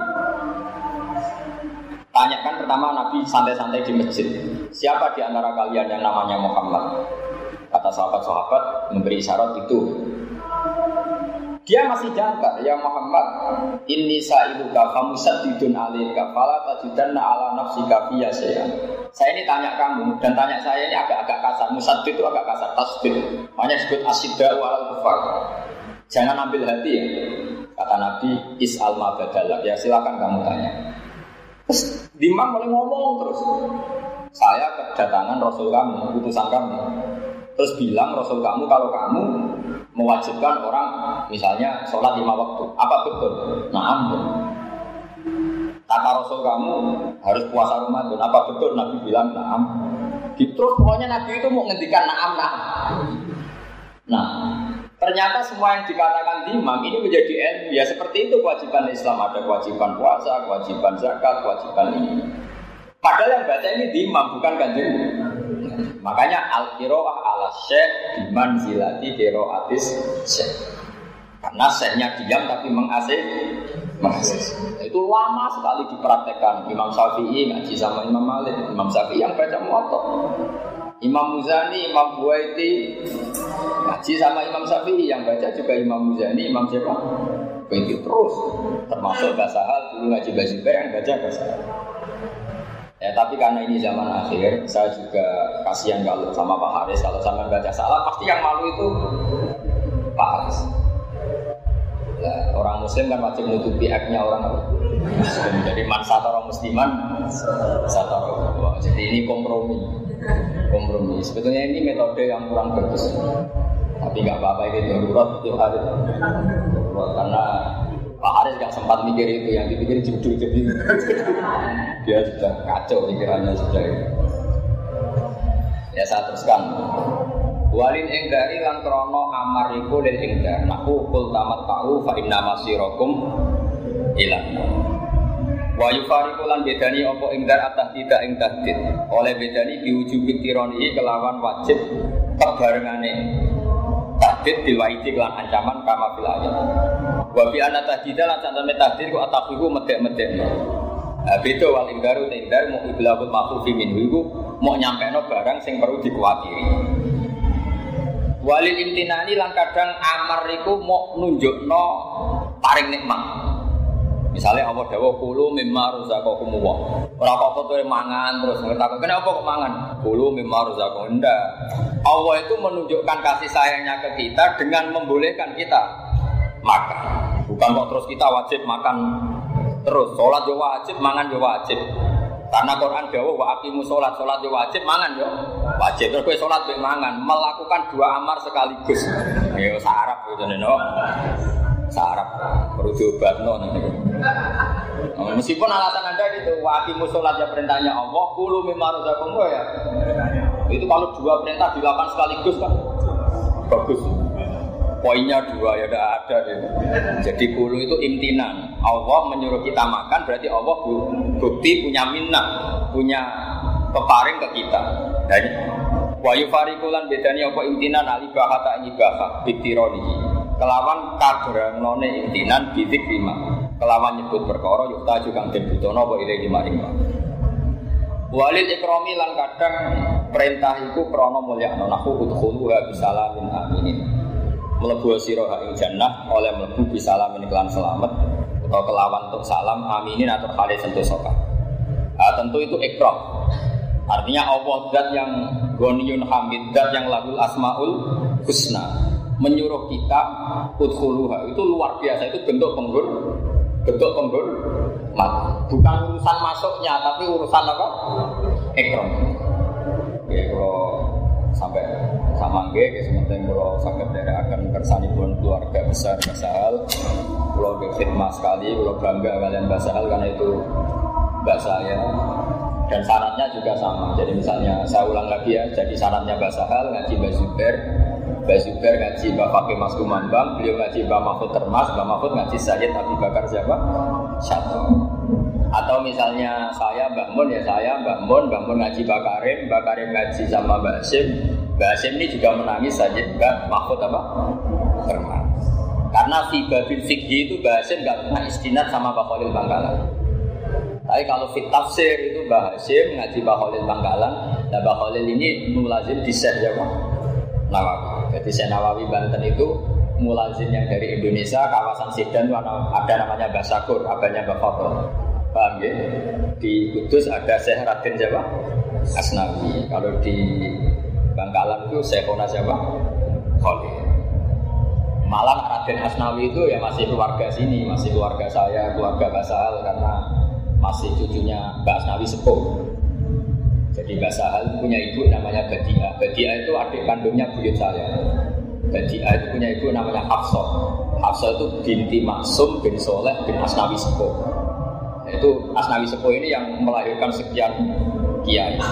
Tanyakan pertama Nabi santai-santai di masjid. Siapa di antara kalian yang namanya Muhammad? Kata sahabat-sahabat memberi isyarat itu. Dia masih jangkar, ya Muhammad, inni sa'iluka famusaddidun alayka fala tajidanna ala nafsika fiyya syai'an. Saya ini tanya kamu dan tanya saya ini agak-agak kasar. Musaddid itu agak kasar, tasdid. Makanya disebut asyidda walal kufar. Jangan ambil hati ya. Kata Nabi, is'al ma badalak. Ya silakan kamu tanya. Terus Dimam mulai ngomong terus. Saya kedatangan Rasul kamu, utusan kamu. Terus bilang Rasul kamu kalau kamu mewajibkan orang misalnya sholat lima waktu, apa betul? Naam. Kata Rasul kamu harus puasa Ramadan, apa betul? Nabi bilang naam. Terus pokoknya Nabi itu mau ngendikan naam naam. Nah, ternyata semua yang dikatakan Imam ini menjadi ilmu. Ya seperti itu kewajiban Islam, ada kewajiban puasa, kewajiban zakat, kewajiban ini. Padahal yang baca ini Imam bukan Kanjeng. Makanya al-qira'ah ala syekh biman zilati qira'atis syekh. Karena syekhnya diam tapi mengasih mengasih. Itu lama sekali dipraktekkan. Imam Syafi'i ngaji sama Imam Malik, Imam Syafi'i yang baca Muwatta. Imam Muzani, Imam Buaiti ngaji sama Imam Syafi'i yang baca juga Imam Muzani, Imam siapa? Buaiti terus. Termasuk bahasa hal dulu ngaji bahasa yang baca bahasa. Ya tapi karena ini zaman akhir, saya juga kasihan kalau sama Pak Haris, kalau sama baca salah pasti yang malu itu Pak Haris. Nah, orang Muslim kan wajib menutupi aibnya orang Muslim. Jadi man satara musliman satara. Jadi ini kompromi, kompromi. Sebetulnya ini metode yang kurang bagus. Tapi nggak apa-apa ini darurat tiap hari. Karena Pak Haris nggak sempat mikir itu, yang dipikir judul jadi dia sudah kacau pikirannya sudah itu. Ya saya teruskan. Walin engdari lan krono amar iku lil engdar. Naku kul tamat ta'u fa inna masirakum ilan. Wa yufariqu lan bedani apa engdar atah tidak ing tahdid. Oleh bedani diwujubi tironi kelawan wajib kebarengane tahdid bil waidi lan ancaman kama fil ayat. Wa bi anna tahdida lan santane tahdid ku atafiku medek-medek. Ha beda wal ingdaru tindar mau iblahul makhfi minhu iku mau nyampeno barang sing perlu dikuwatiri. Walil imtinani lan kadang amar iku mau nunjukno paring nikmat. Misalnya Allah dawuh kulu mimma razaqakumullah. Ora kok kowe mangan terus ngerti kenapa kok mangan? Kulu mimma razaqakum. Ndak. Allah itu menunjukkan kasih sayangnya ke kita dengan membolehkan kita makan. Bukan kok terus kita wajib makan terus. Salat yo wajib, mangan yo wajib. Karena Quran dawuh wa aqimus salat, salat yo wajib, mangan yo wajib. Terus kowe salat mbek mangan, melakukan dua amar sekaligus. Ya sarap gitu no. Sarap perlu diobatno niku. Meskipun alasan Anda gitu, wa aqimus salat ya perintahnya Allah, kulu mimma razaqakum ya. Itu kalau dua perintah dilakukan sekaligus kan bagus. Poinnya dua ya udah ada gitu. Jadi kulu itu imtinan. Allah menyuruh kita makan berarti Allah bukti punya minnah, punya peparing ke kita. Dan wa yufarikulan bedani apa imtinan alibahata ibahah bitironi. Kelawan kadrangne imtinan bidik lima. Kelawan nyebut perkara yukta juga den butono apa ire maring. Walil ikrami lan kadang perintah iku krana mulyakno nahu udkhuluha bisalamin aminin. Mlebu sira ing jannah oleh mlebu bisalamin kelan selamat atau kelawan untuk salam aminin atau hale sentosa. Ah tentu itu ikram. Artinya Allah zat yang ghaniyun hamid, zat yang lahul asmaul husna. Menyuruh kita udkhuluha itu luar biasa, itu bentuk penggur bentuk penggur mat. Bukan urusan masuknya tapi urusan apa? Ikram. Ya kalau sampai sama nggih sementing kalau sampai daerah akan kersanipun keluarga besar Basahal. Kalau khidmat sekali, kalau bangga kalian Basahal karena itu mbak saya. Dan syaratnya juga sama. Jadi misalnya saya ulang lagi ya, jadi syaratnya Basahal ngaji Mbak Zubair. Mbak Zubair ngaji Mbak Fakih Mas Kumambang, beliau ngaji Mbak Mahfud Termas, Mbak Mahfud ngaji Sayyid Abi Bakar siapa? Syato. Atau misalnya saya Mbak Mun ya saya Mbak Mun, Mbak Mun ngaji Mbak Karim, Mbak Karim ngaji sama Mbak Hasim. Mbak Hasim ini juga menangis Sayyid Mbak Mahfud apa? Termas. Karena fi babil fikih itu Mbak Hasim enggak pernah istinad sama Mbak Khalil Bangkalan. Tapi kalau fit tafsir itu Mbak Hasim ngaji Mbak Khalil Bangkalan, dan Mbak Khalil ini mulazim di Syekh siapa? Nawawi. Jadi Syekh Nawawi Banten itu mulazim yang dari Indonesia, kawasan Sidan itu ada namanya Mbak Syakur, abahnya Mbak Fadl. Paham ya? Di Kudus ada Syekh Raden siapa? Asnawi. Kalau di Bangkalan itu Syekhona siapa? Khalil. Malah Raden Asnawi itu ya masih keluarga sini, masih keluarga saya, keluarga Basahal karena masih cucunya Mbak Asnawi sepuh. Jadi Mbak Sahal punya ibu namanya Badia. Badia itu adik kandungnya buyut saya. Badia itu punya ibu namanya Hafsah. Hafsah itu binti Maksum bin Soleh bin Asnawi sepuh. Itu Asnawi sepuh ini yang melahirkan sekian kiai.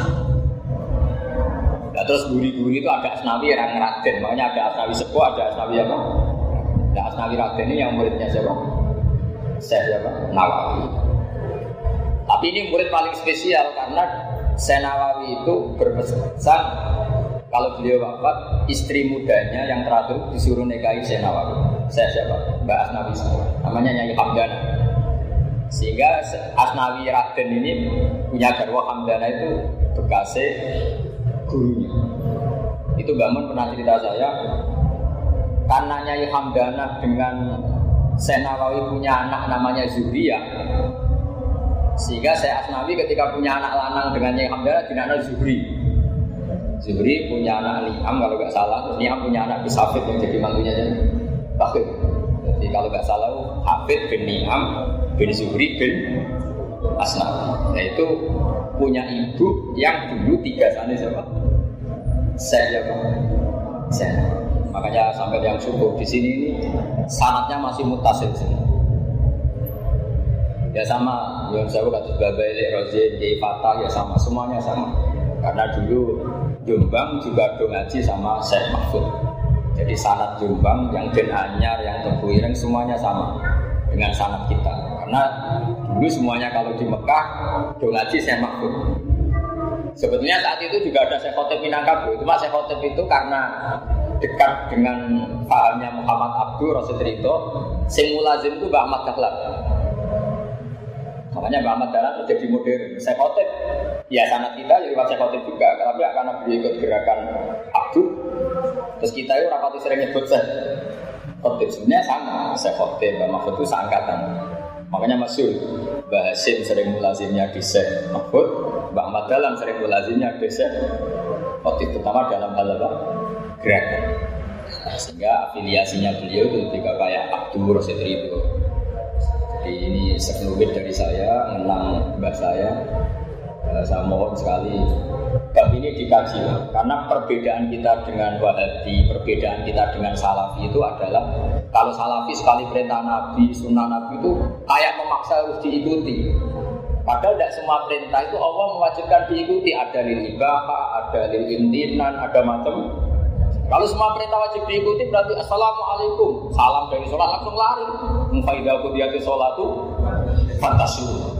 Nah, terus guri-guri itu ada Asnawi yang Raden. Makanya ada Asnawi sepuh, ada Asnawi apa? Nah, Asnawi Raden ini yang muridnya siapa? Syekh siapa? Nawawi. Tapi ini murid paling spesial karena Syekh Nawawi itu berpesan kalau beliau wafat, istri mudanya yang terakhir disuruh nikahi Syekh Nawawi. Syekh siapa? Mbak Asnawi sepuh. Namanya Nyai Hamdana. Sehingga Asnawi Raden ini punya garwa Hamdana itu bekasnya gurunya. Itu Mbak Mun pernah cerita saya, karena Nyai Hamdana dengan Syekh Nawawi punya anak namanya Zuriyah, sehingga Syekh Asnawi ketika punya anak lanang dengan Nyai Hamdana dinamakan Zuhri. Zuhri punya anak Ni'am kalau nggak salah, terus Ni'am punya anak Bisafid yang jadi mantunya jadi Bakir. Jadi kalau nggak salah Hafid bin Ni'am bin Zuhri bin Asnawi. Nah itu punya ibu yang dulu tiga sana siapa? Saya siapa? Saya. Makanya sampai yang syukur di sini ini sanadnya masih mutasil semua. Ya sama, yang saya kata Babai Lek Rozin, Yai Fatah ya sama, semuanya sama. Karena dulu Jombang juga do ngaji sama Syekh Mahfud. Jadi sanad Jombang, yang Den Anyar, yang Tebu Ireng semuanya sama dengan sanad kita. Karena dulu semuanya kalau di Mekah do ngaji Syekh Mahfud. Sebetulnya saat itu juga ada Syekh Khotib Minangkabau. Cuma Syekh Khotib itu karena dekat dengan pahamnya Muhammad Abdul Rasid Rito, sing mulazim itu Mbak Ahmad Dahlan. Makanya Mbak Ahmad Dahlan jadi modern. Syekh Khotib, ya sanad kita jadi Syekh Khotib juga. Tapi karena beliau ikut gerakan Abdul, terus kita itu rapati sering nyebut Syekh Khotib. Sebenarnya sama, Syekh Khotib, Mbak Mahfud itu seangkatan. Makanya masyhur Mbah Hasim sering mulazimnya di Syekh Mahfud, Mbah Ahmad Dahlan sering mulazimnya di Syekh waktu terutama dalam hal apa? Gerak. Nah, sehingga afiliasinya beliau itu lebih kayak Abdul Rasid itu. Jadi ini sekelumit dari saya mengenang mbah saya. Saya mohon sekali bab ini dikaji, karena perbedaan kita dengan Wahabi, perbedaan kita dengan Salafi itu adalah kalau Salafi sekali perintah Nabi, sunnah Nabi itu kayak memaksa harus diikuti. Padahal tidak semua perintah itu Allah mewajibkan diikuti. Ada lil ibaha, ada lil intinan, ada macam. Kalau semua perintah wajib diikuti berarti assalamualaikum, salam dari sholat langsung lari. Faidah qudiyati sholatu fantasiu.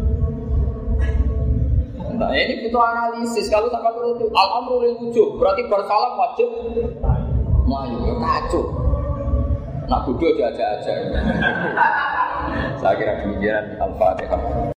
Nah ini butuh analisis. Kalau tak perlu itu al-amru lil wujub, berarti bersalam wajib. Mayu ya kacau. Nak bodoh aja aja. Saya kira demikian. Al-Fatihah.